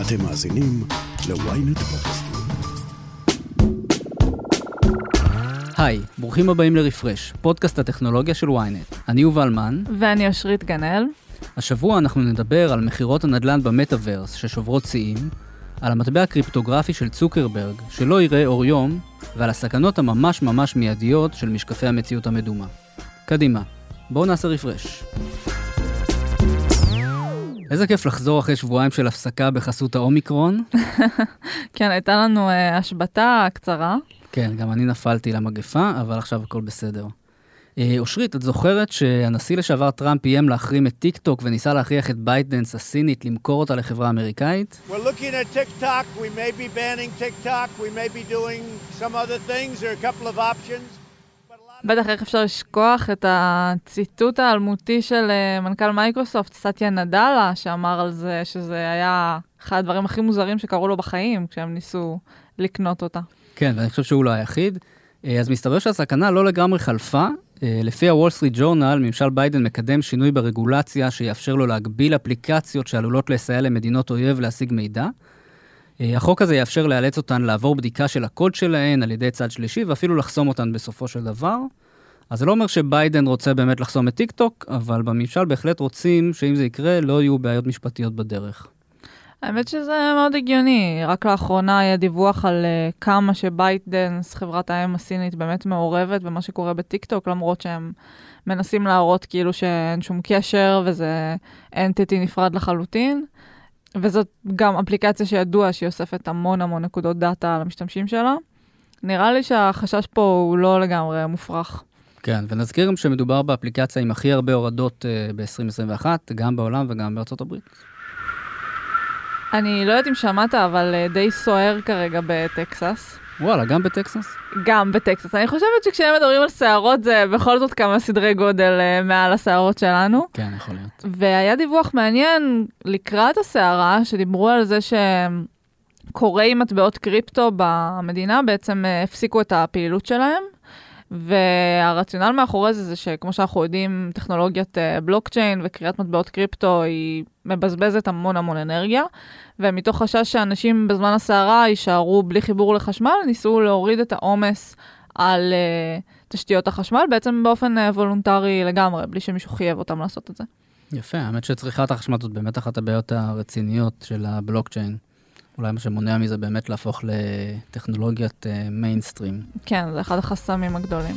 אתם מאזינים ל-ynet פודקאסט. היי, ברוכים הבאים לרפרש, פודקאסט הטכנולוגיה של ynet. אני יובל מן. ואני אושרית גנאל. השבוע אנחנו נדבר על מחירות הנדל"ן במטאברס ששוברות שיאים, על המטבע הקריפטוגרפי של צוקרברג שלא יראה אור יום, ועל הסכנות הממש מיידיות של משקפי המציאות המדומה. קדימה, בואו נעשה רפרש. איזה כיף לחזור אחרי שבועיים של הפסקה בחסות האומיקרון. כן, הייתה לנו השבתה קצרה. כן, גם אני נפלתי למגפה, אבל עכשיו הכל בסדר. אושרית, את זוכרת שהנשיא לשעבר טראמפ איים להחרים את טיק טוק וניסה להכריח את ביידנס הסינית למכור אותה לחברה אמריקאית? We're looking at TikTok. We may be banning TikTok. We may be doing some other things. There are a couple of options. בטח איך אפשר לשכוח את הציטוט האלמותי של מנכ"ל מייקרוסופט, סטיה נדלה, שאמר על זה שזה היה אחד הדברים הכי מוזרים שקרו לו בחיים, כשהם ניסו לקנות אותה. כן, ואני חושב שהוא לא היחיד. אז מסתבר שהסכנה לא לגמרי חלפה. לפי הוול סטריט ג'ורנל, ממשל ביידן מקדם שינוי ברגולציה שיאפשר לו להגביל אפליקציות שעלולות לסייע למדינות אויב להשיג מידע. החוק הזה יאפשר לאלץ אותן לעבור בדיקה של הקוד שלהן על ידי צד שלישי, ואפילו לחסום אותן בסופו של דבר. אז זה לא אומר שביידן רוצה באמת לחסום את טיק טוק, אבל בממשל בהחלט רוצים שאם זה יקרה, לא יהיו בעיות משפטיות בדרך. האמת שזה מאוד הגיוני. רק לאחרונה היה דיווח על כמה שביידנס, חברת האם הסינית, באמת מעורבת במה שקורה בטיק טוק, למרות שהם מנסים להראות כאילו שאין שום קשר, וזה אנטיטי נפרד לחלוטין. וזאת גם אפליקציה שידוע שהיא אוספת המון נקודות דאטה על המשתמשים שלה. נראה לי שהחשש פה הוא לא לגמרי מופרך. כן, ונזכיר גם שמדובר באפליקציה עם הכי הרבה הורדות ב-2021, גם בעולם וגם בארצות הברית. אני לא יודעת אם שמעת, אבל די סוער כרגע בטקסס. וואלה, גם בטקסס? גם בטקסס. אני חושבת שכשהם מדברים על שערות, זה בכל זאת כמה סדרי גודל מעל השערות שלנו. כן, יכול להיות. והיה דיווח מעניין לקראת השערה, שדיברו על זה שקוראי מטבעות קריפטו במדינה בעצם הפסיקו את הפעילות שלהם, והרציונל מאחורי זה שכמו שאנחנו יודעים, טכנולוגיית בלוקצ'יין וקריאת מטבעות קריפטו היא מבזבזת המון אנרגיה, ומתוך חשש שאנשים בזמן השערה יישארו בלי חיבור לחשמל, ניסו להוריד את העומס על תשתיות החשמל, בעצם באופן וולונטרי לגמרי, בלי שמישהו חייב אותם לעשות את זה. יפה, האמת שצריכת החשמל זאת באמת אחת הבעיות הרציניות של הבלוקצ'יין. אולי מה שמונע מזה באמת להפוך לטכנולוגיית מיינסטרים. כן, זה אחד החסמים הגדולים.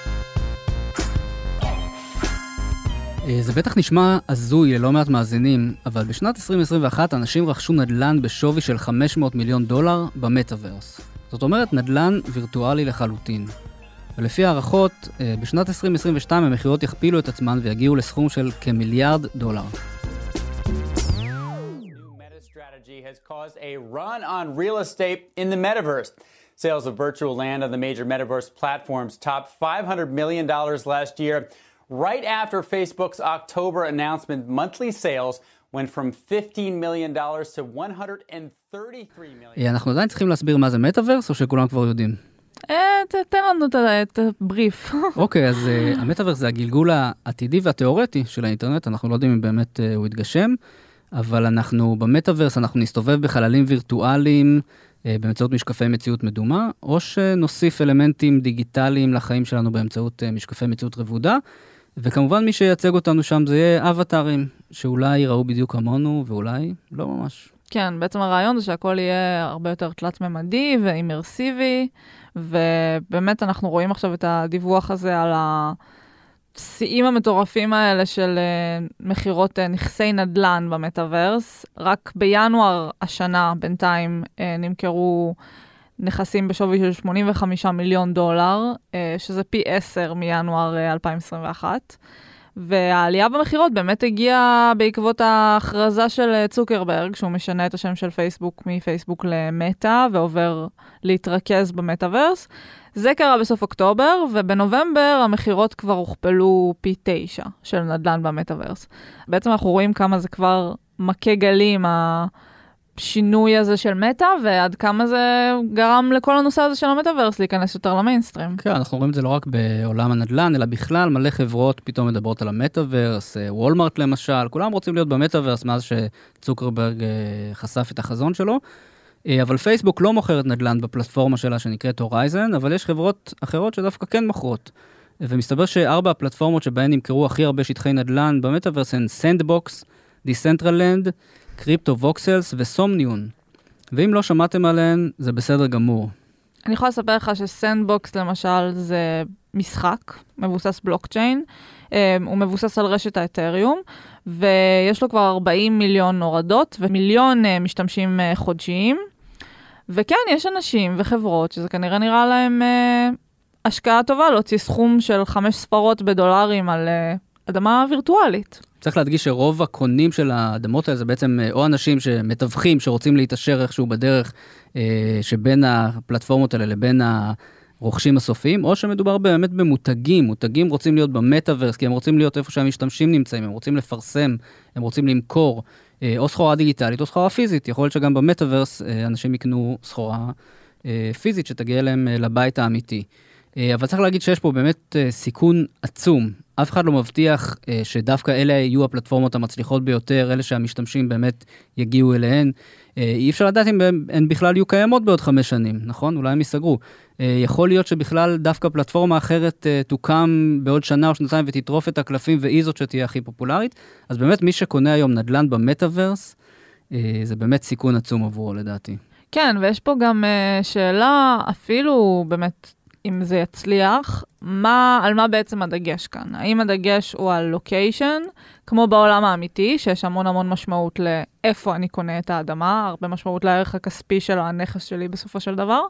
זה בטח נשמע הזוי ללא מעט מאזינים, אבל בשנת 2021 אנשים רכשו נדל"ן בשווי של $500 מיליון במטאברס. זאת אומרת, נדל"ן וירטואלי לחלוטין. ולפי הערכות, בשנת 2022 המחירות יכפילו את עצמן ויגיעו לסכום של $1 מיליארד. Has caused a run on real estate in the metaverse. Sales of virtual land on the major metaverse platforms topped $500 million last year. Right after Facebook's October announcement, monthly sales went from $15 million to $133 million. אנחנו עדיין צריכים להסביר מה זה מטאברס, או שכולם כבר יודעים? תן לנו את הבריף. אוקיי, אז המטאברס זה הגלגול העתידי והתיאורטי של האינטרנט. אנחנו לא יודעים אם באמת הוא יתגשם. אבל במטאברס אנחנו נסתובב בחללים וירטואליים באמצעות משקפי מציאות מדומה, או שנוסיף אלמנטים דיגיטליים לחיים שלנו באמצעות משקפי מציאות רבודה, וכמובן מי שייצג אותנו שם זה יהיה אבטרים, שאולי יראו בדיוק כמונו, ואולי לא ממש. כן, בעצם הרעיון זה שהכל יהיה הרבה יותר תלת-ממדי ואימרסיבי, ובאמת אנחנו רואים עכשיו את הדיווח הזה על השיאים המטורפים האלה של מחירות נכסי נדל"ן במטאברס. רק בינואר השנה בינתיים נמכרו נכסים בשווי של $85 מיליון, שזה פי 10 מינואר 2021. והעלייה במחירות באמת הגיעה בעקבות ההכרזה של צוקרברג, שהוא משנה את השם של פייסבוק מפייסבוק למטה, ועובר להתרכז במטאברס. זה קרה בסוף אוקטובר, ובנובמבר המחירות כבר הוכפלו פי 9 של נדל"ן במטאברס. בעצם אנחנו רואים כמה זה כבר מכה גלים, השינוי הזה של מטא, ועד כמה זה גרם לכל הנושא הזה של המטאברס להיכנס יותר למיינסטרים. כן, אנחנו רואים את זה לא רק בעולם הנדל"ן, אלא בכלל מלא חברות פתאום מדברות על המטאברס, וולמרט למשל, כולם רוצים להיות במטאברס מאז שצוקרברג חשף את החזון שלו, אבל פייסבוק לא מוכרת נדל"ן בפלטפורמה שלה שנקראת הורייזן, אבל יש חברות אחרות שדווקא כן מוכרות. ומסתבר שארבע הפלטפורמות שבהן נמכרו הכי הרבה שטחי נדל"ן במטאברס הן סנדבוקס, דיסנטרלנד, קריפטו ווקסלס וסומניון. ואם לא שמעתם עליהן, זה בסדר גמור. אני יכולה לספר לך שסנדבוקס למשל זה משחק, מבוסס בלוקצ'יין, הוא מבוסס על רשת האתריום, ויש לו כבר 40 מיליון הורדות ומיליון משתמשים חודשיים, וכן, יש אנשים וחברות שזה כנראה נראה להם השקעה טובה, להוציא סכום של 5 ספרות בדולרים על אדמה וירטואלית. צריך להדגיש שרוב הקונים של האדמות האלה זה בעצם או אנשים שמתווכים, שרוצים להתאשר איכשהו בדרך שבין הפלטפורמות האלה לבין הרוכשים הסופיים, או שמדובר באמת במותגים. מותגים רוצים להיות במטאברס, כי הם רוצים להיות איפה שהמשתמשים נמצאים, הם רוצים לפרסם, הם רוצים למכור, או סחורה דיגיטלית או סחורה פיזית. יכול להיות שגם במטאברס אנשים יקנו סחורה פיזית שתגיע להם לבית האמיתי. אבל צריך להגיד שיש פה באמת סיכון עצום. אף אחד לא מבטיח שדווקא אלה יהיו הפלטפורמות המצליחות ביותר, אלה שהמשתמשים באמת יגיעו אליהן. אי אפשר לדעת אם הן בכלל יהיו קיימות בעוד 5 שנים, נכון? אולי הם ייסגרו. יכול להיות שבכלל דווקא פלטפורמה אחרת תוקם בעוד שנה או שנתיים ותטרוף את הקלפים והיא זאת שתהיה הכי פופולרית. אז באמת מי שקונה היום נדל"ן במטאברס, זה באמת סיכון עצום עבורו לדעתי. כן, ויש פה גם שאלה אפילו באמת, אם זה יצליח, על מה בעצם הדגש כאן? האם הדגש הוא על לוקיישן, כמו בעולם האמיתי, שיש המון משמעות לאיפה אני קונה את האדמה, הרבה משמעות לערך הכספי של הנכס שלי בסופו של דבר,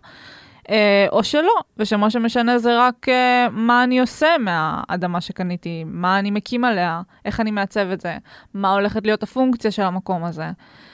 או שלא, ושמה שמשנה זה רק מה אני עושה מהאדמה שקניתי, מה אני מקים עליה, איך אני מעצב את זה, מה הולכת להיות הפונקציה של המקום הזה.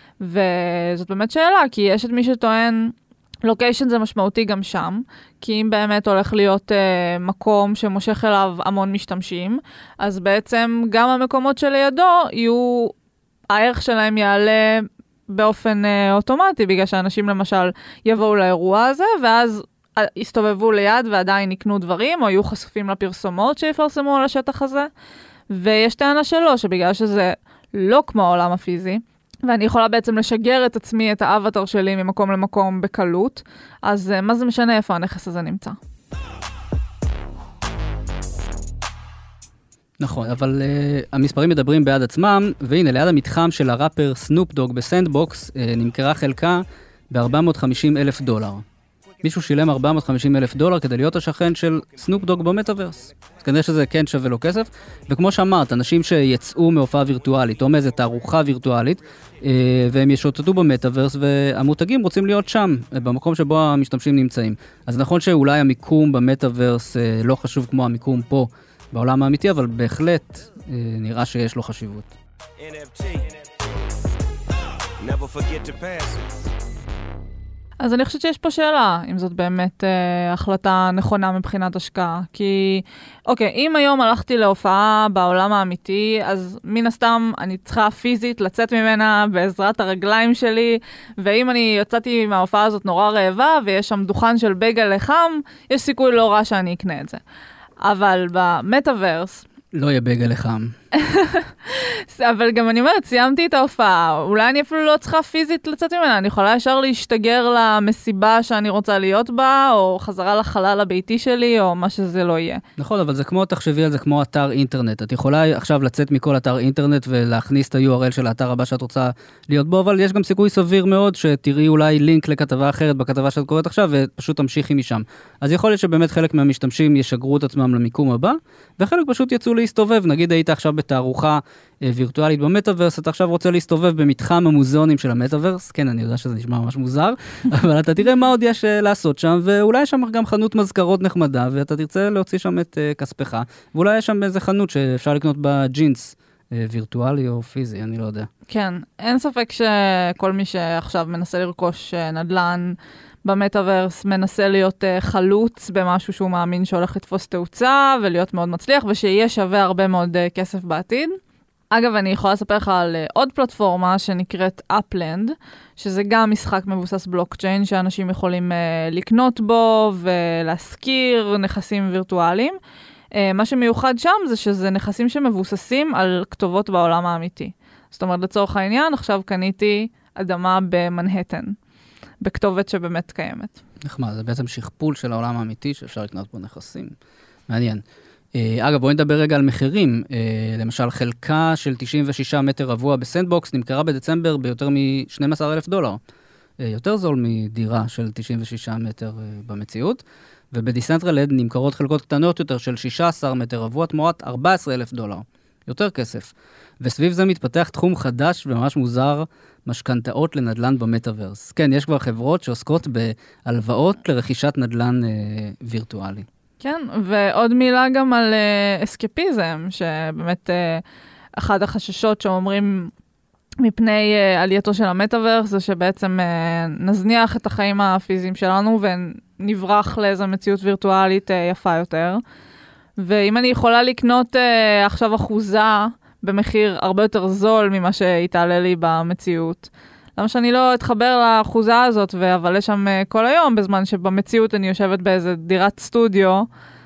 וזאת באמת שאלה, כי יש את מי שטוען, לוקיישן זה משמעותי גם שם, כי אם באמת הולך להיות מקום שמושך אליו המון משתמשים, אז בעצם גם המקומות שלידו יהיו, הערך שלהם יעלה באופן אוטומטי, בגלל שאנשים למשל יבואו לאירוע הזה, ואז יסתובבו ליד ועדיין יקנו דברים, או יהיו חשופים לפרסומות שיפרסמו על השטח הזה. ויש טענה שלו, שבגלל שזה לא כמו העולם הפיזי, ואני יכולה בעצם לשגר את עצמי, את האבטר שלי ממקום למקום בקלות, אז מה זה משנה איפה הנכס הזה נמצא? נכון, אבל המספרים מדברים בעד עצמם, והנה ליד המתחם של הראפר סנופ דוג בסנדבוקס, נמכרה חלקה $450,000. מישהו שילם $450,000 כדי להיות השכן של סנופ דוג במטאברס. אז כנראה שזה כן שווה לו כסף. וכמו שאמרת, אנשים שיצאו מהופעה וירטואלית, או מאיזו תערוכה וירטואלית, והם ישוטטו במטאברס, והמותגים רוצים להיות שם, במקום שבו המשתמשים נמצאים. אז נכון שאולי המיקום במטאברס לא חשוב כמו המיקום פה בעולם האמיתי, אבל בהחלט נראה שיש לו חשיבות. NFT. Never forget to pass it. אז אני חושבת שיש פה שאלה, אם זאת באמת החלטה נכונה מבחינת השקעה. כי, אוקיי, אם היום הלכתי להופעה בעולם האמיתי, אז מן הסתם אני צריכה פיזית לצאת ממנה בעזרת הרגליים שלי, ואם אני יצאתי מההופעה הזאת נורא רעבה, ויש שם דוכן של בייגל לחם, יש סיכוי לא רע שאני אקנה את זה. אבל במטאברס, לא יהיה בייגל לחם. אבל גם אני אומרת, סיימתי את ההופעה, אולי אני אפילו לא צריכה פיזית לצאת ממנה, אני יכולה ישר להשתגר למסיבה שאני רוצה להיות בה, או חזרה לחלל הביתי שלי, או מה שזה לא יהיה. נכון, אבל זה כמו, תחשבי על זה כמו אתר אינטרנט. את יכולה עכשיו לצאת מכל אתר אינטרנט ולהכניס את ה-URL של האתר הבא שאת רוצה להיות בו, אבל יש גם סיכוי סביר מאוד שתראי אולי לינק לכתבה אחרת בכתבה שאת קוראת עכשיו, ופשוט תמשיכי משם. אז יכול להיות שבאמת חלק מהמשתמשים ישגרו את עצמם למיקום הבא, וחלק פשוט יצאו להסתובב. נגיד היית עכשיו בתערוכה וירטואלית במטאברס, אתה עכשיו רוצה להסתובב במתחם המוזיאונים של המטאברס, כן, אני יודע שזה נשמע ממש מוזר, אבל אתה תראה מה עוד יש לעשות שם, ואולי יש שם גם חנות מזכרות נחמדה, ואתה תרצה להוציא שם את כספך, ואולי יש שם איזה חנות שאפשר לקנות בה ג'ינס וירטואלי או פיזי, אני לא יודע. כן, אין ספק שכל מי שעכשיו מנסה לרכוש נדל"ן במטאברס מנסה להיות חלוץ במשהו שהוא מאמין שהולך לתפוס תאוצה ולהיות מאוד מצליח, ושיהיה שווה הרבה מאוד כסף בעתיד. אגב, אני יכולה לספר לך על עוד פלטפורמה שנקראת Upland, שזה גם משחק מבוסס בלוקצ'יין, שאנשים יכולים לקנות בו ולהשכיר נכסים וירטואליים. מה שמיוחד שם זה שזה נכסים שמבוססים על כתובות בעולם האמיתי. זאת אומרת, לצורך העניין, עכשיו קניתי אדמה במנהטן, בכתובת שבאמת קיימת. נחמד, זה בעצם שכפול של העולם האמיתי שאפשר לקנות בו נכסים. מעניין. אגב, בואי נדבר רגע על מחירים. למשל, חלקה של 96 מטר רבוע בסנדבוקס נמכרה בדצמבר ביותר $12,000. יותר זול מדירה של 96 מטר במציאות. ובדיסנטרלד נמכרות חלקות קטנות יותר של 16 מטר רבוע תמורת $14,000. יותר כסף. וסביב זה מתפתח תחום חדש וממש מוזר, משכנתאות לנדלן במטאברס. כן, יש כבר חברות שעוסקות בהלוואות לרכישת נדלן וירטואלי. כן, ועוד מילה גם על אסקפיזם, שבאמת אחד החששות שאומרים מפני עלייתו של המטאברס, זה שבעצם נזניח את החיים הפיזיים שלנו ונברח לאיזו מציאות וירטואלית יפה יותר. ואם אני יכולה לקנות עכשיו אחוזה במחיר הרבה יותר זול ממה שיתעלה לי במציאות, למה שאני לא אתחבר לאחוזה הזאת ואבלה שם כל היום, בזמן שבמציאות אני יושבת באיזה דירת סטודיו,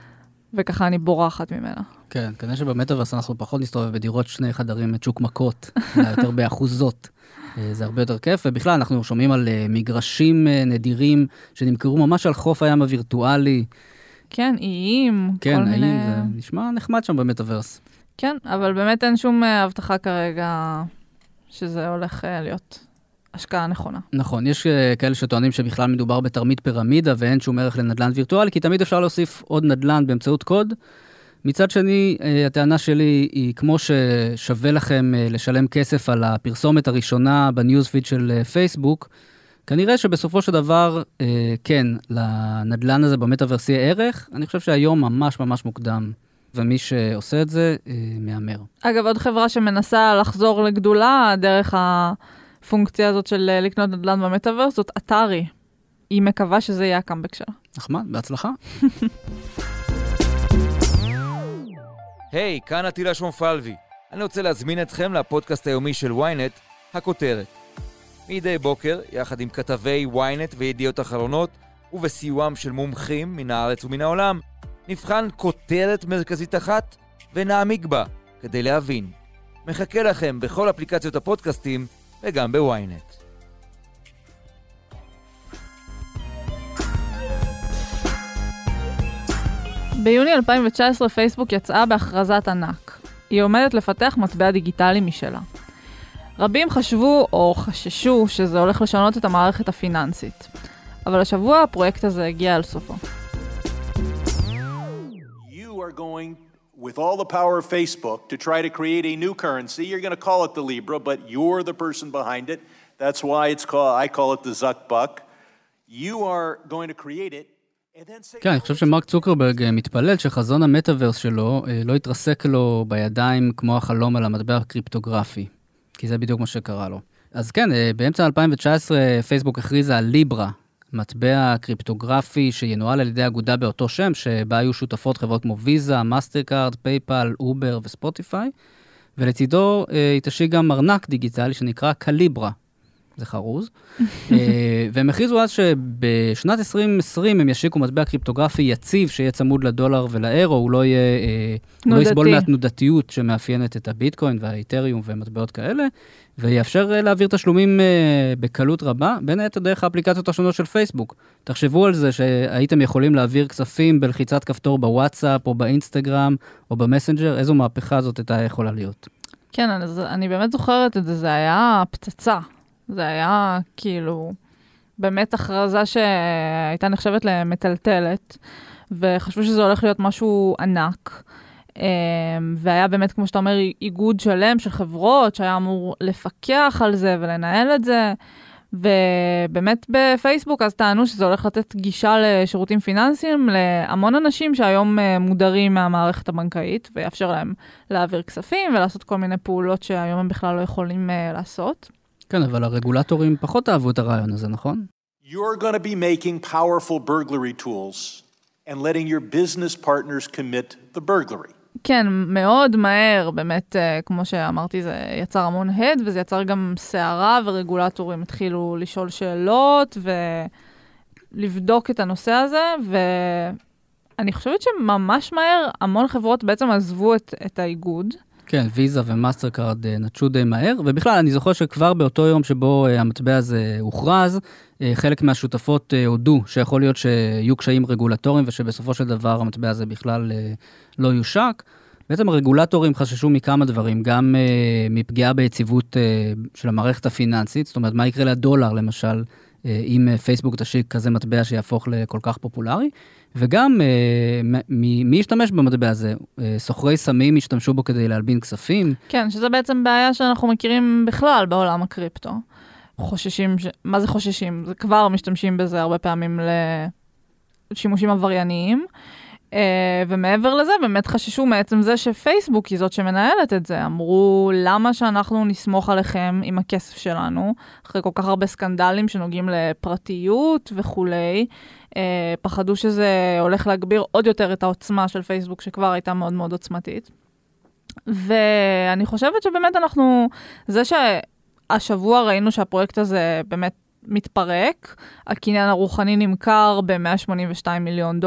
וככה אני בורחת ממנה. כן, כנראה שבמטאברס אנחנו פחות נסתובב בדירות 2 חדרים מצ'וקמקות, אלא יותר באחוזות. זה הרבה יותר כיף, ובכלל אנחנו שומעים על מגרשים נדירים שנמכרו ממש על חוף הים הווירטואלי. כן, איים. כן, איים, זה נשמע נחמד שם במטאברס. כן, אבל באמת אין שום הבטחה כרגע שזה הולך להיות השקעה נכונה. נכון, יש כאלה שטוענים שבכלל מדובר בתרמית פירמידה ואין שום ערך לנדלן וירטואלי, כי תמיד אפשר להוסיף עוד נדלן באמצעות קוד. מצד שני, הטענה שלי היא כמו ששווה לכם לשלם כסף על הפרסומת הראשונה בניוזפיד של פייסבוק, כנראה שבסופו של דבר, כן, לנדלן הזה במטאברס יהיה ערך. אני חושב שהיום ממש ממש מוקדם, ומי שעושה את זה, מאמר. אגב, עוד חברה שמנסה לחזור לגדולה דרך הפונקציה הזאת של לקנות נדלן במטאברס, זאת אתרי. היא מקווה שזה יהיה הקאמבק שלה. נחמד, בהצלחה. היי, כאן עטילה שומפלבי. אני רוצה להזמין אתכם לפודקאסט היומי של ynet, הכותרת. מדי בוקר, יחד עם כתבי ynet וידיעות אחרונות, ובסיועם של מומחים מן הארץ ומן העולם, נבחן כותרת מרכזית אחת ונעמיק בה כדי להבין. מחכה לכם בכל אפליקציות הפודקאסטים וגם בוויינט. ביוני 2019 פייסבוק יצאה בהכרזת ענק. היא עומדת לפתח מטבע דיגיטלי משלה. רבים חשבו או חששו שזה הולך לשנות את המערכת הפיננסית. אבל השבוע הפרויקט הזה הגיע על סופו. You are going, with all the power of Facebook, to try to create a new currency. You're going to call it the Libra, but you're the person behind it. That's why I call it the Zuck Buck. You are going to create it. כן, אני חושב שמרק צוקרברג מתפלל שחזון המטאברס שלו לא יתרסק לו בידיים כמו החלום על המטבע הקריפטוגרפי, כי זה בדיוק מה שקרה לו. אז כן, באמצע 2019 פייסבוק הכריזה על ליברה, מטבע קריפטוגרפי שינוהל על ידי אגודה באותו שם, שבה היו שותפות חברות כמו ויזה, מאסטרקארד, פייפל, אובר וספוטיפיי, ולצידו היא תשיג גם ארנק דיגיטלי שנקרא קליברה. זה חרוז. והם הכריזו אז שבשנת 2020 הם ישיקו מטבע קריפטוגרפי יציב שיהיה צמוד לדולר ולאירו, הוא לא יסבול מהתנודתיות שמאפיינת את הביטקוין והאיתריום ומטבעות כאלה, ויאפשר להעביר תשלומים בקלות רבה, בין היתר דרך האפליקציות השונות של פייסבוק. תחשבו על זה שהייתם יכולים להעביר כספים בלחיצת כפתור בוואטסאפ או באינסטגרם או במסנג'ר, איזו מהפכה הזאת הייתה יכולה להיות. כן, אני באמת זוכרת את זה, זה היה פצצה. זה היה כאילו באמת הכרזה שהייתה נחשבת למטלטלת, וחשבו שזה הולך להיות משהו ענק. והיה באמת, כמו שאתה אומר, איגוד שלם של חברות שהיה אמור לפקח על זה ולנהל את זה. ובאמת בפייסבוק אז טענו שזה הולך לתת גישה לשירותים פיננסיים להמון אנשים שהיום מודרים מהמערכת הבנקאית, ויאפשר להם להעביר כספים ולעשות כל מיני פעולות שהיום הם בכלל לא יכולים לעשות. כן, אבל הרגולטורים פחות אהבו את הרעיון הזה, נכון? You're going to be making powerful burglary tools and letting your business partners commit the burglary. כן, מאוד מהר, באמת, כמו שאמרתי, זה יצר המון הד, וזה יצר גם סערה, ורגולטורים התחילו לשאול שאלות, ולבדוק את הנושא הזה, ואני חושבת שממש מהר, המון חברות בעצם עזבו את האיגוד. כן, ויזה ומאסטרקארד נטשו די מהר, ובכלל אני זוכר שכבר באותו יום שבו המטבע הזה הוכרז, חלק מהשותפות הודו שיכול להיות שיהיו קשיים רגולטוריים, ושבסופו של דבר המטבע הזה בכלל לא יושק. בעצם הרגולטורים חששו מכמה דברים, גם מפגיעה ביציבות של המערכת הפיננסית, זאת אומרת, מה יקרה לדולר למשל, אם פייסבוק תשיק כזה מטבע שיהפוך לכל כך פופולרי, וגם מי ישתמש במטבע הזה? סוחרי סמים ישתמשו בו כדי להלבין כספים. כן, שזה בעצם בעיה שאנחנו מכירים בכלל בעולם הקריפטו. חוששים, מה זה חוששים? זה כבר משתמשים בזה הרבה פעמים לשימושים עברייניים, ומעבר לזה באמת חששו מעצם זה שפייסבוק היא זאת שמנהלת את זה. אמרו, למה שאנחנו נסמוך עליכם עם הכסף שלנו, אחרי כל כך הרבה סקנדלים שנוגעים לפרטיות וכולי, פחדו שזה הולך להגביר עוד יותר את העוצמה של פייסבוק, שכבר הייתה מאוד מאוד עוצמתית. ואני חושבת שבאמת זה שהשבוע ראינו שהפרויקט הזה באמת מתפרק, הקניין הרוחני נמכר ב$182 מיליון,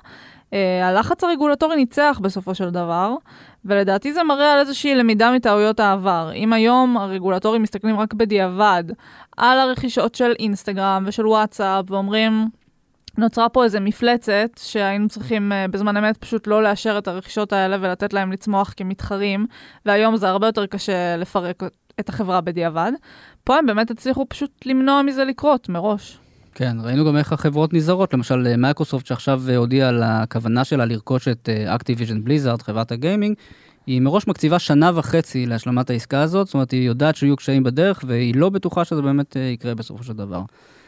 הלחץ הרגולטורי ניצח בסופו של דבר, ולדעתי זה מראה על איזושהי למידה מטעויות העבר. אם היום הרגולטורים מסתכלים רק בדיעבד על הרכישות של אינסטגרם ושל וואטסאפ, ואומרים, נוצרה פה איזו מפלצת שהיינו צריכים בזמן אמת פשוט לא לאשר את הרכישות האלה ולתת להם לצמוח כמתחרים, והיום זה הרבה יותר קשה לפרק את החברה בדיעבד. פה הם באמת הצליחו פשוט למנוע מזה לקרות מראש. כן, ראינו גם איך החברות נזהרות, למשל מייקרוסופט שעכשיו הודיעה על הכוונה שלה לרכוש את אקטיביז'ן בליזארד, חברת הגיימינג, היא מראש מקציבה 1.5 שנה להשלמת העסקה הזאת, זאת אומרת היא יודעת שיהיו קשיים בדרך, והיא לא בטוחה שזה באמת יקרה בסופו של דבר.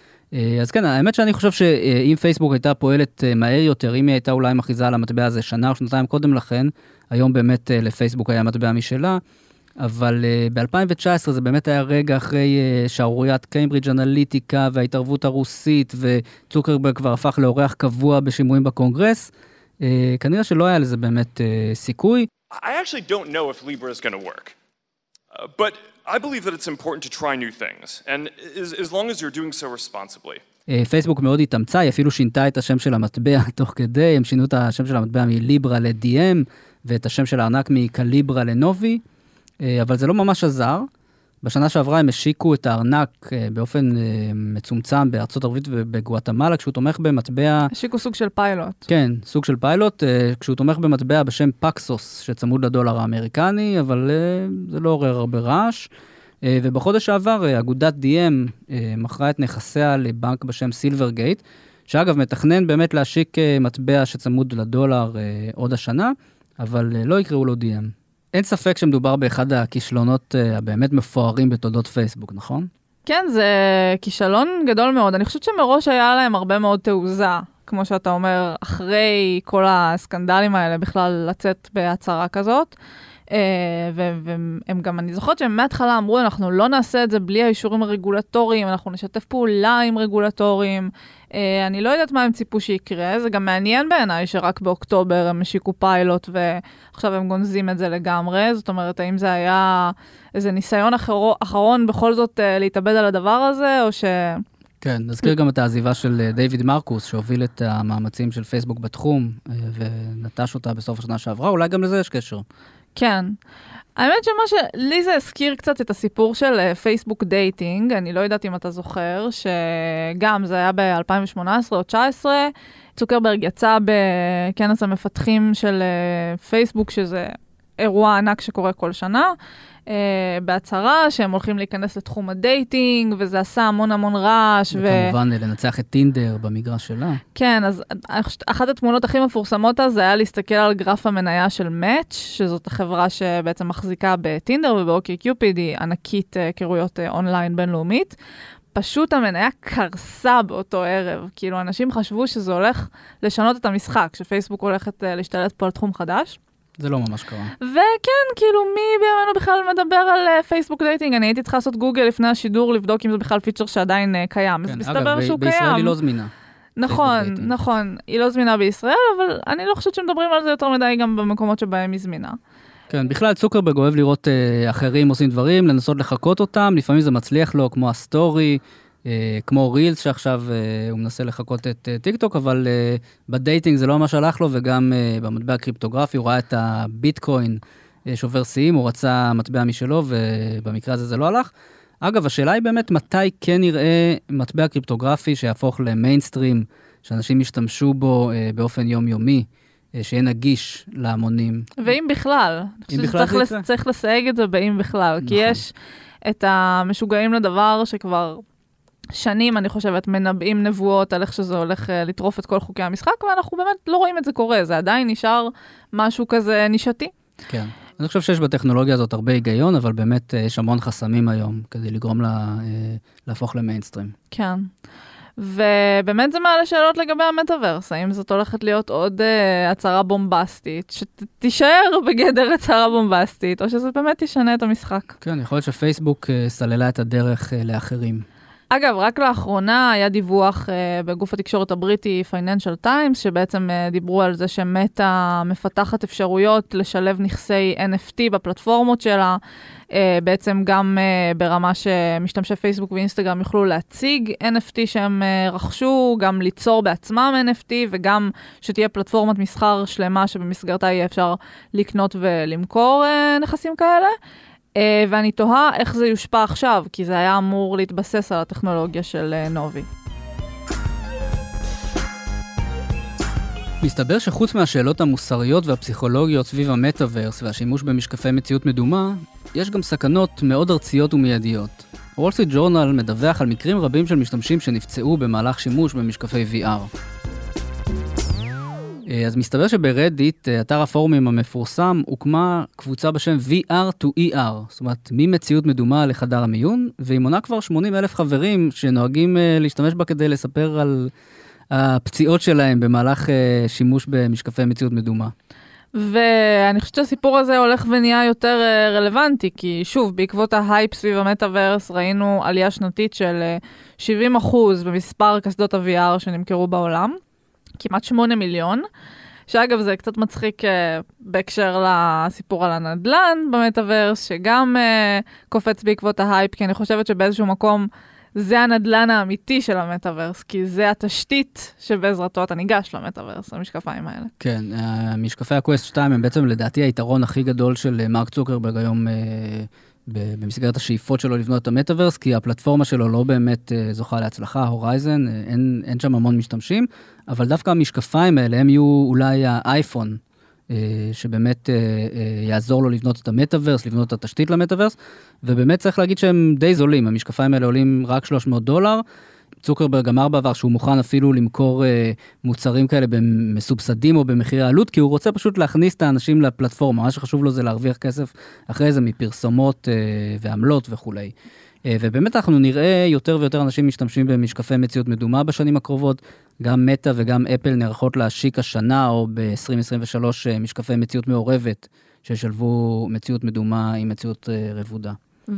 אז כן, האמת שאני חושב שאם פייסבוק הייתה פועלת מהר יותר, אם היא הייתה אולי מכריזה על המטבע הזה שנה או שנתיים קודם לכן, היום באמת לפייסבוק היה מטבע משלה, אבל ב-2019 זה באמת היה רגע אחרי שערוריית קיימברידג' אנליטיקה וההתערבות הרוסית, וצוקרברג כבר הפך לאורח קבוע בשימועים בקונגרס, כנראה שלא היה לזה באמת סיכוי. I actually don't know if Libra is going to work, but I believe that it's important to try new things, and as long as you're doing so responsibly. פייסבוק מאוד התאמצה, היא אפילו שינתה את השם של המטבע תוך כדי, הם שינו את השם של המטבע מליברה ל-DM, ואת השם של הארנק מקליברה לנובי, אבל זה לא ממש עזר. בשנה שעברה הם השיקו את הארנק באופן מצומצם בארצות הברית ובגואטמלה, כשהוא תומך במטבע... השיקו סוג של פיילוט. כן, סוג של פיילוט, כשהוא תומך במטבע בשם פקסוס, שצמוד לדולר האמריקני, אבל זה לא עורר הרבה רעש. ובחודש שעבר, אגודת DM מכרה את נכסיה לבנק בשם סילברגייט, שאגב מתכנן באמת להשיק מטבע שצמוד לדולר עוד השנה, אבל לא יקראו לו DM. אין ספק שמדובר באחד הכישלונות הבאמת מפוארים בתולדות פייסבוק, נכון? כן, זה כישלון גדול מאוד. אני חושבת שמראש היה להם הרבה מאוד תעוזה, כמו שאתה אומר, אחרי כל הסקנדלים האלה בכלל לצאת בהצהרה כזאת. והם גם, אני זוכרת שהם מההתחלה אמרו, אנחנו לא נעשה את זה בלי האישורים הרגולטוריים, אנחנו נשתף פעולה עם רגולטוריים. אני לא יודעת מה הם ציפו שיקרה, זה גם מעניין בעיניי שרק באוקטובר הם השיקו פיילוט ועכשיו הם גונזים את זה לגמרי, זאת אומרת, האם זה היה איזה ניסיון אחרון בכל זאת להתאבד על הדבר הזה, או ש... כן, נזכיר גם את העזיבה של דיוויד מרקוס, שהוביל את המאמצים של פייסבוק בתחום, ונטש אותה בסוף השנה שעברה, אולי גם לזה יש קשר. כן. האמת שמה שלי זה הזכיר קצת את הסיפור של פייסבוק דייטינג, אני לא יודעת אם אתה זוכר, שגם זה היה ב-2018 או 2019, צוקרברג יצא בכנס המפתחים של פייסבוק, שזה אירוע ענק שקורה כל שנה, בהצהרה שהם הולכים להיכנס לתחום הדייטינג, וזה עשה המון המון רעש. וכמובן לנצח את טינדר במגרש שלה. כן, אז אחת התמונות הכי מפורסמות אז היה להסתכל על גרף המניה של מאץ', שזאת החברה שבעצם מחזיקה בטינדר ובאוקי קיופיד, היא ענקית היכרויות אונליין בינלאומית. פשוט המניה קרסה באותו ערב. כאילו אנשים חשבו שזה הולך לשנות את המשחק, שפייסבוק הולכת להשתלט פה על תחום חדש. זה לא ממש קרה. וכן, כאילו, מי בימינו בכלל מדבר על פייסבוק דייטינג? אני הייתי צריכה לעשות גוגל לפני השידור, לבדוק אם זה בכלל פיצ'ר שעדיין קיים. אז מסתבר שהוא קיים. בישראל היא לא זמינה. נכון, נכון. היא לא זמינה בישראל, אבל אני לא חושבת שמדברים על זה יותר מדי גם במקומות שבהם היא זמינה. כן, בכלל צוקרברג אוהב לראות אחרים עושים דברים, לנסות לחכות אותם, לפעמים זה מצליח לו, כמו הסטורי, כמו רילס שעכשיו הוא מנסה לחכות את טיקטוק, אבל בדייטינג זה לא ממש הלך לו, וגם במטבע הקריפטוגרפי הוא ראה את הביטקוין שובר שיאים, הוא רצה מטבע משלו, ובמקרה הזה זה לא הלך. אגב, השאלה היא באמת מתי כן נראה מטבע קריפטוגרפי שיהפוך למיינסטרים, שאנשים ישתמשו בו באופן יומיומי, שיהיה נגיש להמונים. ואם בכלל, צריך לסייג את זה באם בכלל, כי יש את המשוגעים לדבר שכבר שנים, אני חושבת, מנבאים נבואות על איך שזה הולך לטרוף את כל חוקי המשחק, ואנחנו באמת לא רואים את זה קורה, זה עדיין נשאר משהו כזה נישתי. כן. אני חושב שיש בטכנולוגיה הזאת הרבה היגיון, אבל באמת יש המון חסמים היום, כדי לגרום לה להפוך למיינסטרים. כן. ובאמת זה מעלה שאלות לגבי המטאברס, האם זאת הולכת להיות עוד הצהרה בומבסטית, שתישאר בגדר הצהרה בומבסטית, או שזה באמת ישנה את המשחק. כן, יכול להיות שפייסבוק סללה את הדרך לאחרים. אגב, רק לאחרונה היה דיווח בגוף התקשורת הבריטי Financial Times, שבעצם דיברו על זה שמטה מפתחת אפשרויות לשלב נכסי NFT בפלטפורמות שלה, בעצם גם ברמה שמשתמשי פייסבוק ואינסטגרם יוכלו להציג NFT שהם רכשו, גם ליצור בעצמם NFT, וגם שתהיה פלטפורמת מסחר שלמה שבמסגרתה יהיה אפשר לקנות ולמכור נכסים כאלה. ואני תוהה איך זה יושפע עכשיו, כי זה היה אמור להתבסס על הטכנולוגיה של נובי. מסתבר שחוץ מהשאלות המוסריות והפסיכולוגיות סביב המטאברס והשימוש במשקפי מציאות מדומה, יש גם סכנות מאוד ארציות ומיידיות. וול סטריט ג'ורנל מדווח על מקרים רבים של משתמשים שנפצעו במהלך שימוש במשקפי VR. אז מסתבר שברדיט, אתר הפורומים המפורסם, הוקמה קבוצה בשם VR to ER, זאת אומרת, ממציאות מדומה לחדר המיון, והיא מונה כבר 80,000 חברים שנוהגים להשתמש בה כדי לספר על הפציעות שלהם במהלך שימוש במשקפי מציאות מדומה. ואני חושבת שהסיפור הזה הולך ונהיה יותר רלוונטי, כי שוב, בעקבות ההייפ סביב המטאברס, ראינו עלייה שנתית של 70% במספר קסדות ה-VR שנמכרו בעולם. כמעט 8 מיליון, שאגב זה קצת מצחיק בהקשר לסיפור על הנדלן במטאברס, שגם קופץ בעקבות ההייפ, כי אני חושבת שבאיזשהו מקום זה הנדלן האמיתי של המטאברס, כי זה התשתית שבעזרתו אתה ניגש למטאברס, המשקפיים האלה. כן, המשקפי הקווסט 2 הם בעצם לדעתי היתרון הכי גדול של מרק צוקרברג היום במסגרת השאיפות שלו לבנות את המטאברס, כי הפלטפורמה שלו לא באמת זוכה להצלחה, הורייזן, אין שם המון משתמשים, אבל דווקא המשקפיים האלה הם יהיו אולי האייפון, שבאמת יעזור לו לבנות את המטאברס, לבנות את התשתית למטאברס, ובאמת צריך להגיד שהם די זולים, המשקפיים האלה עולים רק $300, צוקרברג אמר בעבר שהוא מוכן אפילו למכור מוצרים כאלה במסובסדים או במחיר העלות, כי הוא רוצה פשוט להכניס את האנשים לפלטפורמה, מה שחשוב לו זה להרוויח כסף אחרי זה מפרסומות ועמלות וכו'. ובאמת אנחנו נראה יותר ויותר אנשים משתמשים במשקפי מציאות מדומה בשנים הקרובות, גם מטא וגם אפל נערכות להשיק השנה או ב-2023 משקפי מציאות מעורבת, ששלבו מציאות מדומה עם מציאות רבודה.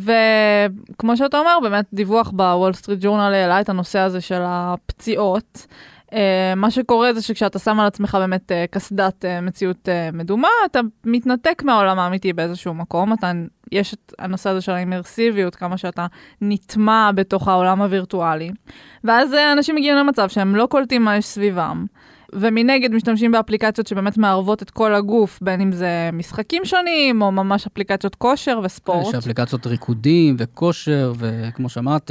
וכמו שאתה אומר, באמת דיווח בוול סטריט ג'ורנל העלה את הנושא הזה של הפציעות. מה שקורה זה שכשאתה שם על עצמך באמת קסדת מציאות מדומה, אתה מתנתק מהעולם האמיתי באיזשהו מקום, יש את הנושא הזה של האימרסיביות, כמה שאתה נטמע בתוך העולם הווירטואלי, ואז אנשים מגיעים למצב שהם לא קולטים מה יש סביבם, ומנגד משתמשים באפליקציות שבאמת מערבות את כל הגוף, בין אם זה משחקים שונים, או ממש אפליקציות כושר וספורט. יש אפליקציות ריקודים וכושר, וכמו שאמרת,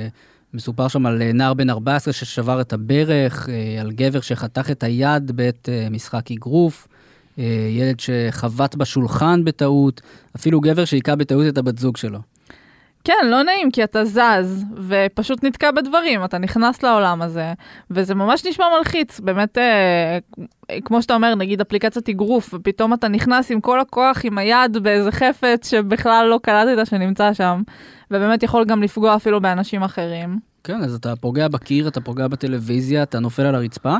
מסופר שם על נער בן 14 ששבר את הברך, על גבר שחתך את היד בעת משחק אגרוף, ילד שחבט בשולחן בטעות, אפילו גבר שהיכה בטעות את הבת זוג שלו. כן, לא נעים, כי אתה זז, ופשוט נתקע בדברים, אתה נכנס לעולם הזה, וזה ממש נשמע מלחיץ, באמת, כמו שאתה אומר, נגיד אפליקציית אגרוף, ופתאום אתה נכנס עם כל הכוח, עם היד באיזה חפץ, שבכלל לא קלטת שנמצא שם, ובאמת יכול גם לפגוע אפילו באנשים אחרים. כן, אז אתה פוגע בקיר, אתה פוגע בטלוויזיה, אתה נופל על הרצפה,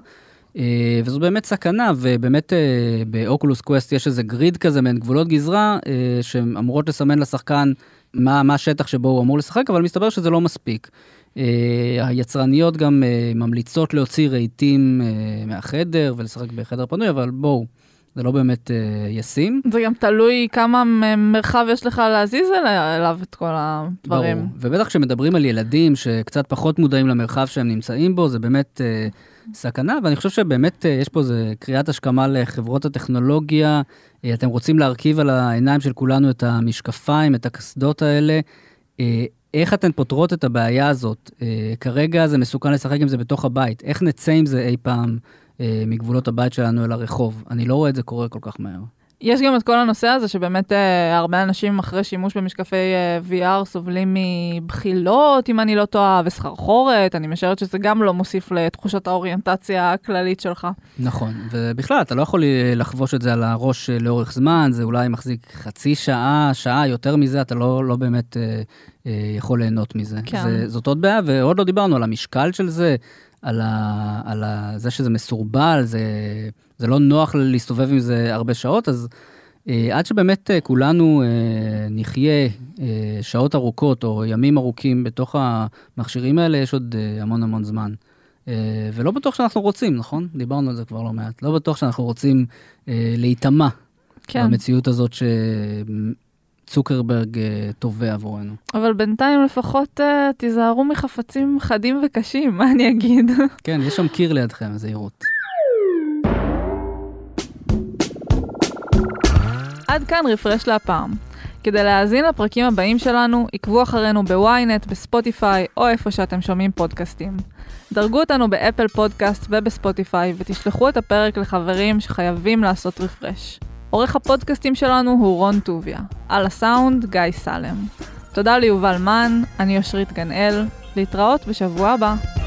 וזו באמת סכנה, ובאמת באוקולוס קווסט יש איזה גריד כזה, מעין גבולות גזרה, שאמורות לסמן לשחקן מה השטח שבו הוא אמור לשחק, אבל מסתבר שזה לא מספיק. היצרניות גם ממליצות להוציא רהיטים מהחדר ולשחק בחדר פנוי, אבל בואו, זה לא באמת ישים. זה גם תלוי כמה מרחב יש לך להזיז אליו את כל הדברים. ברור, ובטח כשמדברים על ילדים שקצת פחות מודעים למרחב שהם נמצאים בו, זה באמת סכנה, ואני חושב שבאמת יש פה קריאת השכמה לחברות הטכנולוגיה, אתם רוצים להרכיב על העיניים של כולנו את המשקפיים, את הקסדות האלה, איך אתן פותרות את הבעיה הזאת? כרגע זה מסוכן לשחק עם זה בתוך הבית, איך נצא עם זה אי פעם מגבולות הבית שלנו אל הרחוב? אני לא רואה את זה קורה כל כך מהר. יש גם את כל הנושא הזה שבאמת הרבה אנשים אחרי שימוש במשקפי VR סובלים מבחילות, אם אני לא טועה, וסחרחורת. אני משערת שזה גם לא מוסיף לתחושת האוריינטציה הכללית שלך. נכון, ובכלל אתה לא יכול לחבוש את זה על הראש לאורך זמן, זה אולי מחזיק חצי שעה, שעה, יותר מזה, אתה לא באמת יכול ליהנות מזה. כן. זאת עוד בעיה, ועוד לא דיברנו על המשקל של זה, על זה שזה מסורבל, זה לא נוח להסתובב עם זה הרבה שעות, אז עד שבאמת כולנו נחיה שעות ארוכות או ימים ארוכים בתוך המכשירים האלה, יש עוד המון המון זמן. ולא בטוח שאנחנו רוצים, נכון? דיברנו על זה כבר לא מעט. לא בטוח שאנחנו רוצים להיטמע במציאות הזאת צוקרברג טובה עבורנו. אבל בינתיים לפחות תיזהרו מחפצים חדים וקשים, מה אני אגיד? כן, יש שם קיר לידכם, זהירות. עד כאן רפרש להפעם. כדי להאזין לפרקים הבאים שלנו, עקבו אחרינו בוויינט, בספוטיפיי או איפה שאתם שומעים פודקאסטים. דרגו אותנו באפל פודקאסט ובספוטיפיי ותשלחו את הפרק לחברים שחייבים לעשות רפרש. עורך הפודקאסטים שלנו הוא רון טוביה. על הסאונד, גיא סלם. תודה ליובל מן, אני אושרית גנאל. להתראות בשבוע הבא.